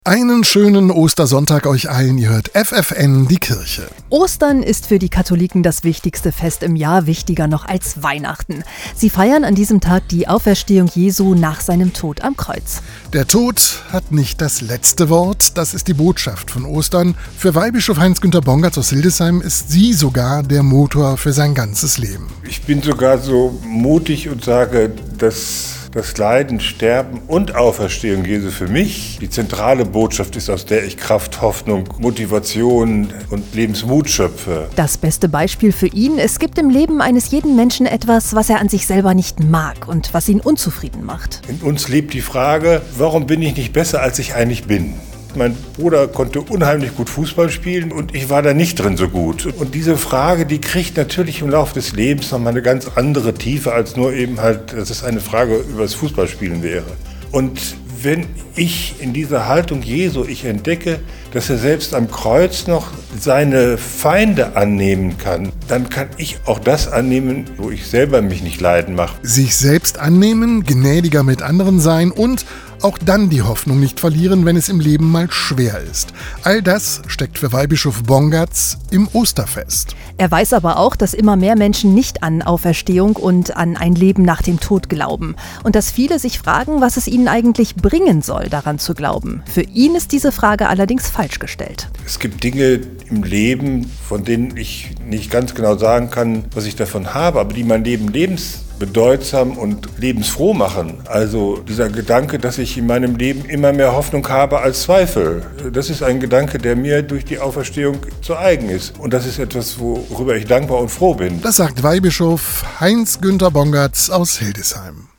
Einen schönen Ostersonntag euch allen, ihr hört FFN die Kirche. Ostern ist für die Katholiken das wichtigste Fest im Jahr, wichtiger noch als Weihnachten. Sie feiern an diesem Tag die Auferstehung Jesu nach seinem Tod am Kreuz. Der Tod hat nicht das letzte Wort, das ist die Botschaft von Ostern. Für Weihbischof Heinz-Günther Bongatz aus Hildesheim ist sie sogar der Motor für sein ganzes Leben. Ich bin sogar so mutig und sage, dass das Leiden, Sterben und Auferstehung Jesu für mich die zentrale Botschaft ist, aus der ich Kraft, Hoffnung, Motivation und Lebensmut schöpfe. Das beste Beispiel für ihn: Es gibt im Leben eines jeden Menschen etwas, was er an sich selber nicht mag und was ihn unzufrieden macht. In uns lebt die Frage, warum bin ich nicht besser, als ich eigentlich bin? Mein Bruder konnte unheimlich gut Fußball spielen und ich war da nicht drin so gut. Und diese Frage, die kriegt natürlich im Laufe des Lebens nochmal eine ganz andere Tiefe, als nur eben halt, dass es eine Frage über das Fußballspielen wäre. Und wenn ich in dieser Haltung Jesu, ich entdecke, dass er selbst am Kreuz noch seine Feinde annehmen kann, dann kann ich auch das annehmen, wo ich selber mich nicht leiden mache. Sich selbst annehmen, gnädiger mit anderen sein und auch dann die Hoffnung nicht verlieren, wenn es im Leben mal schwer ist. All das steckt für Weihbischof Bongatz im Osterfest. Er weiß aber auch, dass immer mehr Menschen nicht an Auferstehung und an ein Leben nach dem Tod glauben. Und dass viele sich fragen, was es ihnen eigentlich bringen soll, daran zu glauben. Für ihn ist diese Frage allerdings falsch gestellt. Es gibt Dinge im Leben, von denen ich nicht ganz genau sagen kann, was ich davon habe, aber die mein Leben lebensbedeutsam und lebensfroh machen. Also dieser Gedanke, dass ich in meinem Leben immer mehr Hoffnung habe als Zweifel. Das ist ein Gedanke, der mir durch die Auferstehung zu eigen ist. Und das ist etwas, worüber ich dankbar und froh bin. Das sagt Weihbischof Heinz-Günther Bongatz aus Hildesheim.